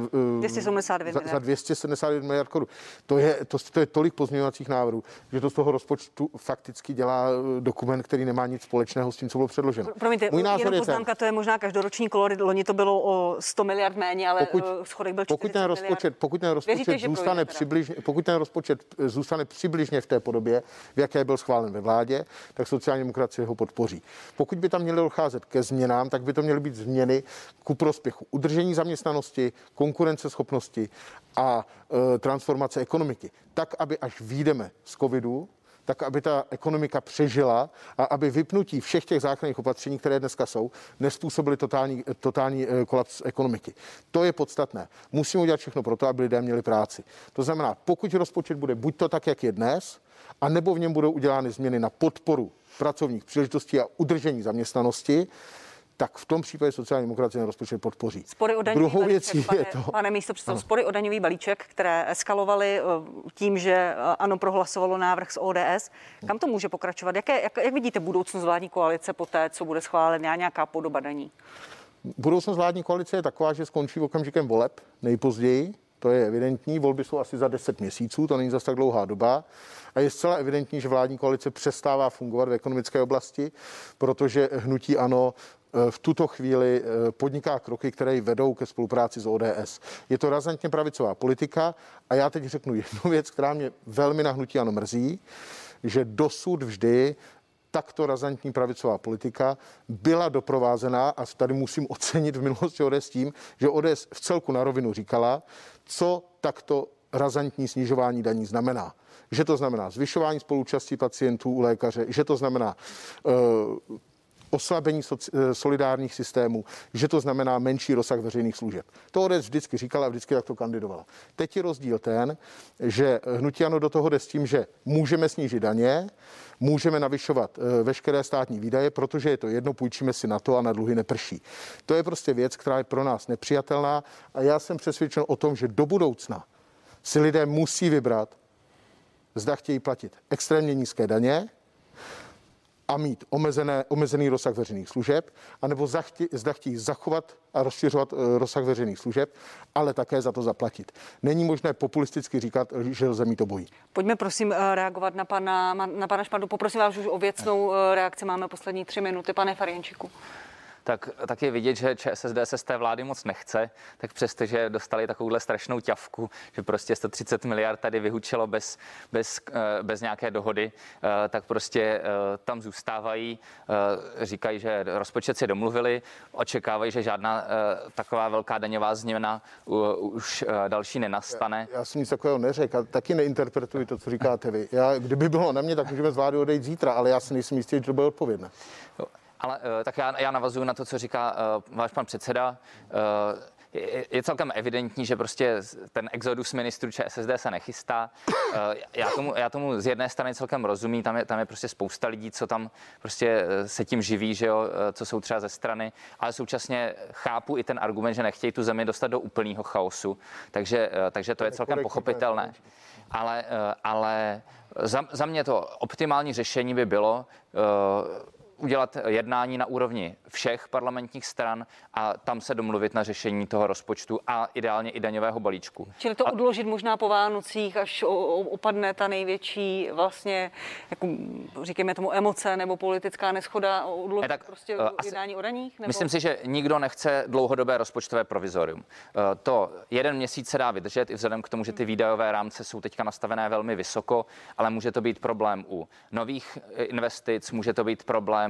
279 miliard korun. To je tolik pozměňovacích návrhů, že to z toho rozpočtu fakticky dělá dokument, který nemá nic společného s tím, co bylo předloženo. Promiňte, jenom poznámka, to je možná každoroční kolor, loni to bylo o 100 miliard méně, ale schodek byl 40 miliard. Pokud ten rozpočet zůstane přibližně v té podobě, v jaké byl schválen ve vládě, tak sociální demokracie ho podpoří. Pokud by tam mělo docházet ke změnám, tak by to měly být změny ku prospěchu udržení zaměstnanosti, konkurenceschopnosti a transformace ekonomiky. Tak, aby až vyjdeme z covidu, tak aby ta ekonomika přežila a aby vypnutí všech těch záchranných opatření, které dneska jsou, nespůsobily totální kolaps ekonomiky. To je podstatné. Musíme udělat všechno pro to, aby lidé měli práci. To znamená, pokud rozpočet bude buď to tak, jak je dnes, a nebo v něm budou udělány změny na podporu pracovních příležitostí a udržení zaměstnanosti, tak v tom případě sociální demokracie na rozpočet podpoří. Druhou věcí je to... Pane místopředsedo, spory o daňový balíček, které eskalovaly tím, že ANO prohlasovalo návrh z ODS. Kam to může pokračovat? Jak vidíte budoucnost vládní koalice po té, co bude schválená nějaká podoba daní? Budoucnost vládní koalice je taková, že skončí okamžikem voleb nejpozději. To je evidentní. Volby jsou asi za 10 měsíců, to není zas tak dlouhá doba. A je zcela evidentní, že vládní koalice přestává fungovat v ekonomické oblasti, protože hnutí ANO v tuto chvíli podniká kroky, které vedou ke spolupráci s ODS. Je to razantně pravicová politika a já teď řeknu jednu věc, která mě velmi na hnutí ANO mrzí, že dosud vždy takto razantní pravicová politika byla doprovázená, a tady musím ocenit v minulosti ODS tím, že ODS v celku na rovinu říkala, co takto razantní snižování daní znamená. Že to znamená zvyšování spoluúčasti pacientů u lékaře, že to znamená oslabení solidárních systémů, že to znamená menší rozsah veřejných služeb. To ODS vždycky říkala a vždycky takto kandidovala. Teď je rozdíl ten, že hnutí ANO do toho jde s tím, že můžeme snížit daně, můžeme navyšovat veškeré státní výdaje, protože je to jedno, půjčíme si na to a na dluhy neprší. To je prostě věc, která je pro nás nepřijatelná a já jsem přesvědčen o tom, že do budoucna si lidé musí vybrat, zda chtějí platit extrémně nízké daně a mít omezený rozsah veřejných služeb, anebo zda chtějí zachovat a rozšiřovat rozsah veřejných služeb, ale také za to zaplatit. Není možné populisticky říkat, že lze mít obojí. Pojďme prosím reagovat na pana Špandu. Poprosím vás už o věcnou reakci. Máme poslední 3 minuty. Pane Ferjenčíku. Tak je vidět, že ČSSD se z té vlády moc nechce, tak přestože dostali takovouhle strašnou ťavku, že prostě 130 miliard tady vyhučilo bez nějaké dohody, tak prostě tam zůstávají, říkají, že rozpočet si domluvili, očekávají, že žádná taková velká daňová změna už další nenastane. Já jsem nic takového neřekl a taky neinterpretuji to, co říkáte vy. Kdyby bylo na mě, tak můžeme z vlády odejít zítra, ale já si nejsem jistý, že to bude odpovědné. Ale tak já navazuju na to, co říká váš pan předseda. Je celkem evidentní, že prostě ten exodus ministrů ČSSD se nechystá. Já tomu z jedné strany celkem rozumím, tam je prostě spousta lidí, co tam prostě se tím živí, že jo, co jsou třeba ze strany, ale současně chápu i ten argument, že nechtějí tu zemi dostat do úplného chaosu, takže to je celkem pochopitelné. Ale za mě to optimální řešení by bylo udělat jednání na úrovni všech parlamentních stran a tam se domluvit na řešení toho rozpočtu a ideálně i daňového balíčku. Čili to odložit možná po Vánocích, až opadne ta největší vlastně, jako říkáme tomu emoce nebo politická neschoda, odložit tak, prostě jednání o daních? Nebo? Myslím si, že nikdo nechce dlouhodobé rozpočtové provizorium. To 1 měsíc se dá vydržet i vzhledem k tomu, že ty výdajové rámce jsou teďka nastavené velmi vysoko, ale může to být problém u nových investic, může to být problém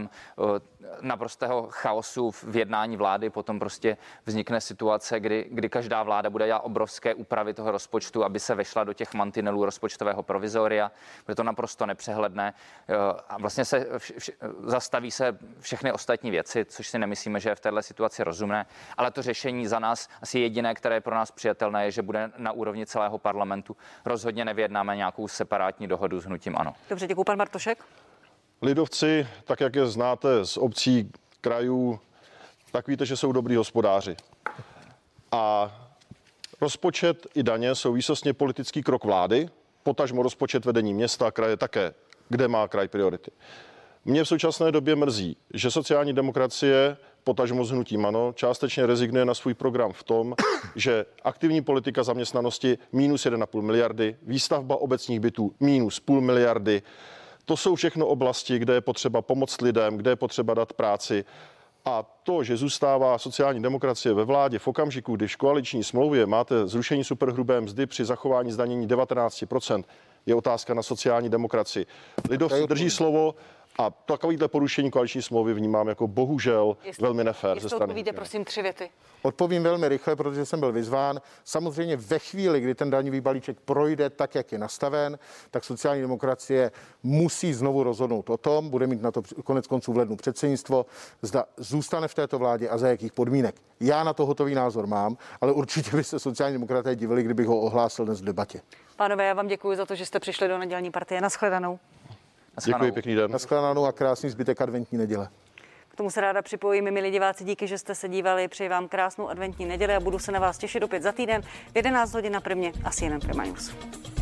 během naprostého chaosu v jednání vlády potom prostě vznikne situace, kdy každá vláda bude dělat obrovské úpravy toho rozpočtu, aby se vešla do těch mantinelů rozpočtového provizoria. Bude to naprosto nepřehledné a vlastně zastaví se všechny ostatní věci, což si nemyslíme, že je v této situaci rozumné, ale to řešení za nás asi jediné, které je pro nás přijatelné, je, že bude na úrovni celého parlamentu. Rozhodně nevyjednáme nějakou separátní dohodu s hnutím ANO. Dobře, děkuji, pan Bartošek. Lidovci, tak jak je znáte z obcí, krajů, tak víte, že jsou dobrý hospodáři. A rozpočet i daně jsou výsostně politický krok vlády, potažmo rozpočet vedení města a kraje také, kde má kraj priority. Mě v současné době mrzí, že sociální demokracie, potažmo s hnutím ANO, částečně rezignuje na svůj program v tom, že aktivní politika zaměstnanosti minus 1,5 miliardy, výstavba obecních bytů minus 0,5 miliardy. To jsou všechno oblasti, kde je potřeba pomoct lidem, kde je potřeba dát práci. A to, že zůstává sociální demokracie ve vládě v okamžiku, kdy v koaliční smlouvě máte zrušení superhrubé mzdy při zachování zdanění 19%, je otázka na sociální demokracii. Lidovci drží slovo a takovýhle porušení koaliční smlouvy vnímám jako bohužel velmi nefér ze strany. Odpovíte, prosím, 3 věty. Odpovím velmi rychle, protože jsem byl vyzván. Samozřejmě ve chvíli, kdy ten daňový balíček projde tak, jak je nastaven, tak sociální demokracie musí znovu rozhodnout o tom, bude mít na to konec konců v lednu předsednictvo, zda zůstane v této vládě a za jakých podmínek. Já na to hotový názor mám, ale určitě by se sociální demokraté divili, kdybych ho ohlásil dnes v debatě. Pánové, já vám děkuji za to, že jste přišli do nedělní partie. Nashledanou. Děkuji, pěkný den. Nashledanou a krásný zbytek adventní neděle. K tomu se ráda připojím, milí diváci, díky, že jste se dívali. Přeji vám krásnou adventní neděli a budu se na vás těšit opět za týden v 11 hodin na Primě a CNN Prima News.